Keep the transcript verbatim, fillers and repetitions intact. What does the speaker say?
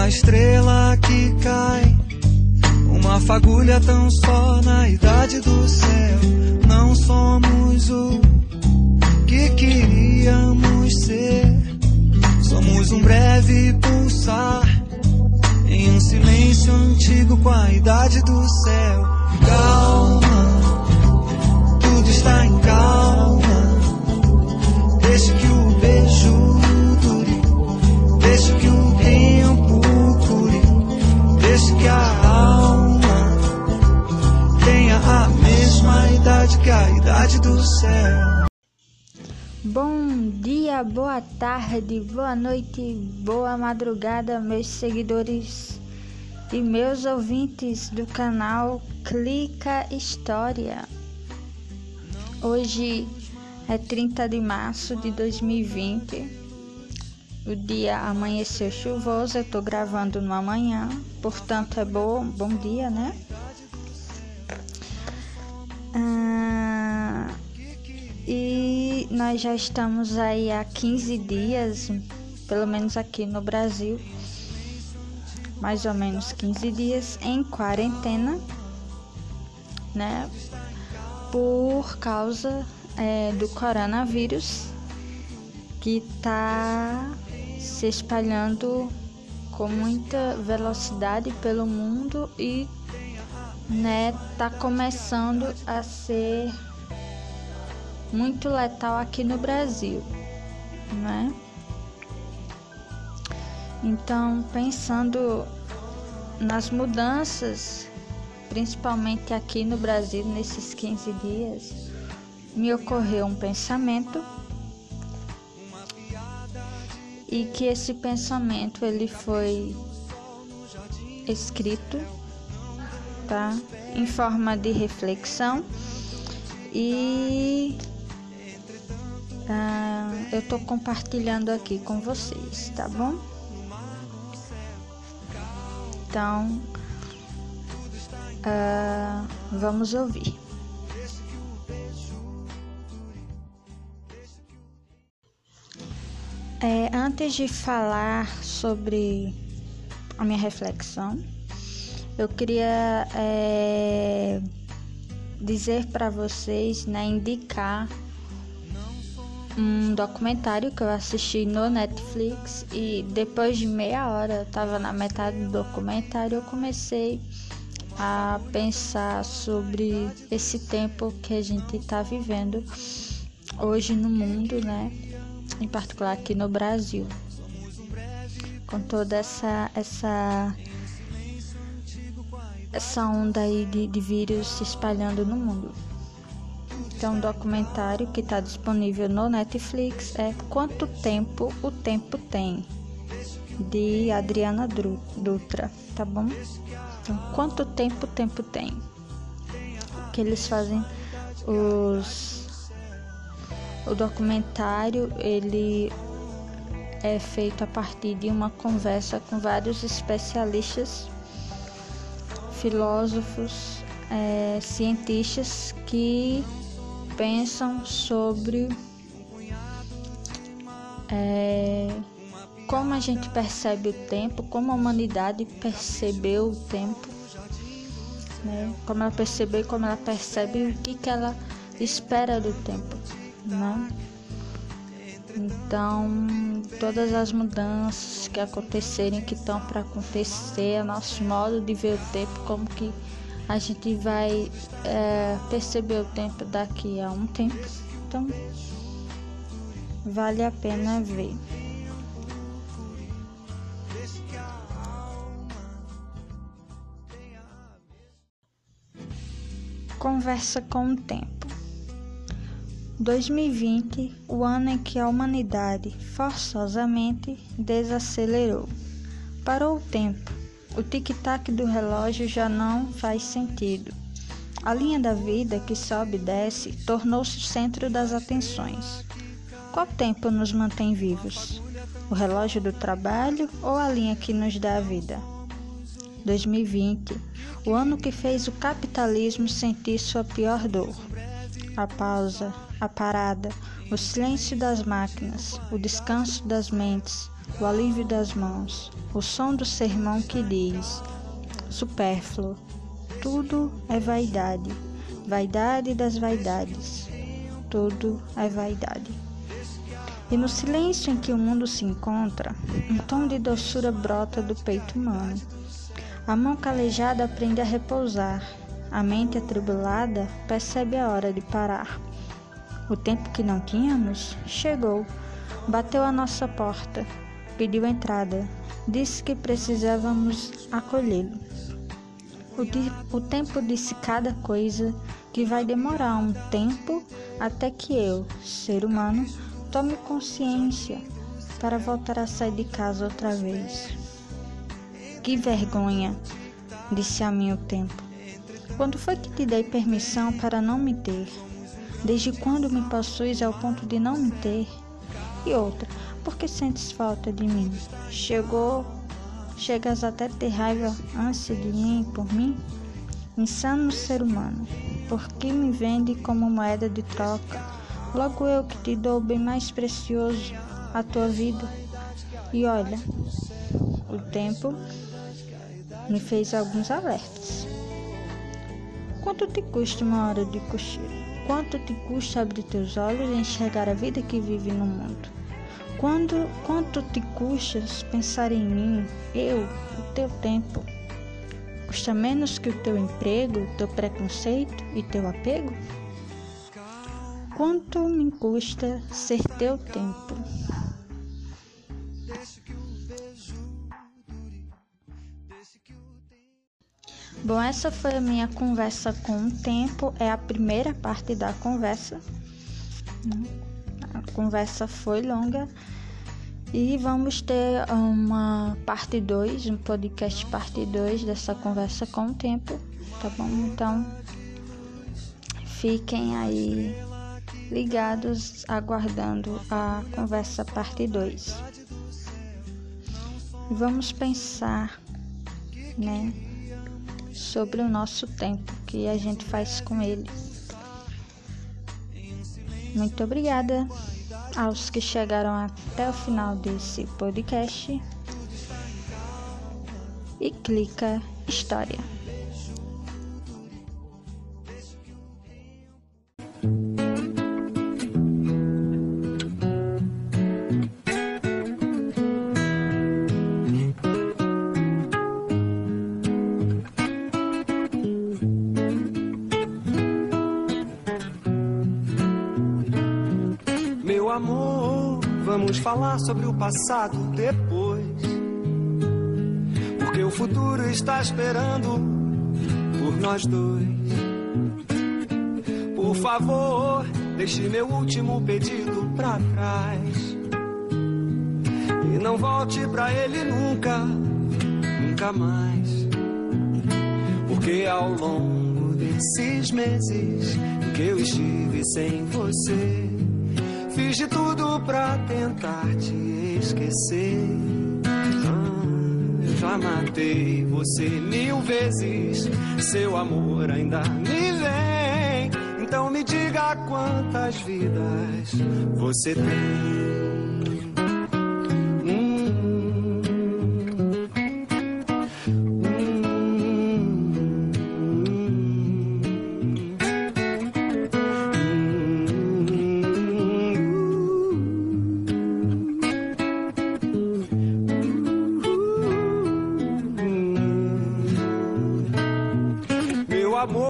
uma estrela que cai, uma fagulha tão só na idade do céu. Não somos o que queríamos ser, somos um breve pulsar em um silêncio antigo com a idade do céu. Calma, tudo está em calma. Deixe que o beijo dure, deixe que o tempo cure, deixe que a alma tenha a mesma idade que a idade do céu. Bom dia, boa tarde, boa noite, boa madrugada, meus seguidores e meus ouvintes do canal Clica História. Hoje é trinta de março de dois mil e vinte. O dia amanheceu chuvoso, eu tô gravando no amanhã, portanto é bom, bom dia, né? Ah, e nós já estamos aí há quinze dias, pelo menos aqui no Brasil, mais ou menos quinze dias em quarentena, né? Por causa é, do coronavírus, que tá se espalhando com muita velocidade pelo mundo e, né, tá começando a ser muito letal aqui no Brasil, né? Então, pensando nas mudanças, principalmente aqui no Brasil, nesses quinze dias, me ocorreu um pensamento, e que esse pensamento ele foi escrito, tá? Em forma de reflexão, e ah, eu tô compartilhando aqui com vocês, tá bom? Então, ah, vamos ouvir. É, antes de falar sobre a minha reflexão, eu queria é, dizer para vocês, né, indicar um documentário que eu assisti no Netflix, e depois de meia hora, eu estava na metade do documentário, eu comecei a pensar sobre esse tempo que a gente está vivendo hoje no mundo, né? Em particular aqui no Brasil, com toda essa essa essa onda aí de, de vírus se espalhando no mundo. Então, um documentário que está disponível no Netflix é Quanto Tempo o Tempo Tem, de Adriana Dutra, tá bom? Então, Quanto Tempo o Tempo Tem, que eles fazem os O documentário, ele é feito a partir de uma conversa com vários especialistas, filósofos, é, cientistas que pensam sobre é, como a gente percebe o tempo, como a humanidade percebeu o tempo, né? Como ela percebeu e como ela percebe o que, que ela espera do tempo, né? Então, todas as mudanças que acontecerem, que estão para acontecer, é nosso modo de ver o tempo, como que a gente vai é, perceber o tempo daqui a um tempo. Então, vale a pena ver. Conversa com o tempo. dois mil e vinte, o ano em que a humanidade forçosamente desacelerou. Parou o tempo. O tic-tac do relógio já não faz sentido. A linha da vida que sobe e desce tornou-se o centro das atenções. Qual tempo nos mantém vivos? O relógio do trabalho ou a linha que nos dá a vida? dois mil e vinte, o ano que fez o capitalismo sentir sua pior dor. A pausa, a parada, o silêncio das máquinas, o descanso das mentes, o alívio das mãos, o som do sermão que diz: supérfluo, tudo é vaidade, vaidade das vaidades, tudo é vaidade. E no silêncio em que o mundo se encontra, um tom de doçura brota do peito humano. A mão calejada aprende a repousar, a mente atribulada percebe a hora de parar. O tempo que não tínhamos chegou, bateu à nossa porta, pediu entrada, disse que precisávamos acolhê-lo. O, di- o tempo disse cada coisa, que vai demorar um tempo até que eu, ser humano, tome consciência para voltar a sair de casa outra vez. Que vergonha, disse a mim o tempo. Quando foi que te dei permissão para não me ter? Desde quando me possuis ao ponto de não me ter? E outra, por que sentes falta de mim? Chegou, chegas até ter raiva, ânsia de mim por mim? Insano ser humano, por que me vende como moeda de troca? Logo eu que te dou o bem mais precioso, a tua vida. E olha, o tempo me fez alguns alertas. Quanto te custa uma hora de cochilo? Quanto te custa abrir teus olhos e enxergar a vida que vive no mundo? Quando, quanto te custa pensar em mim, eu, o teu tempo? Custa menos que o teu emprego, teu preconceito e teu apego? Quanto me custa ser teu tempo? Bom, essa foi a minha conversa com o tempo, é a primeira parte da conversa. A conversa foi longa e vamos ter uma parte dois, um podcast parte dois dessa conversa com o tempo, tá bom? Então, fiquem aí ligados, aguardando a conversa parte dois. E vamos pensar, né, sobre o nosso tempo, que a gente faz com ele. Muito obrigada aos que chegaram até o final desse podcast. E clica história. Meu amor, vamos falar sobre o passado depois, porque o futuro está esperando por nós dois. Por favor, deixe meu último pedido pra trás e não volte pra ele nunca, nunca mais. Porque ao longo desses meses que eu estive sem você, fiz de tudo pra tentar te esquecer. Ah, já matei você mil vezes, seu amor ainda me vem. Então me diga quantas vidas você tem. Amor.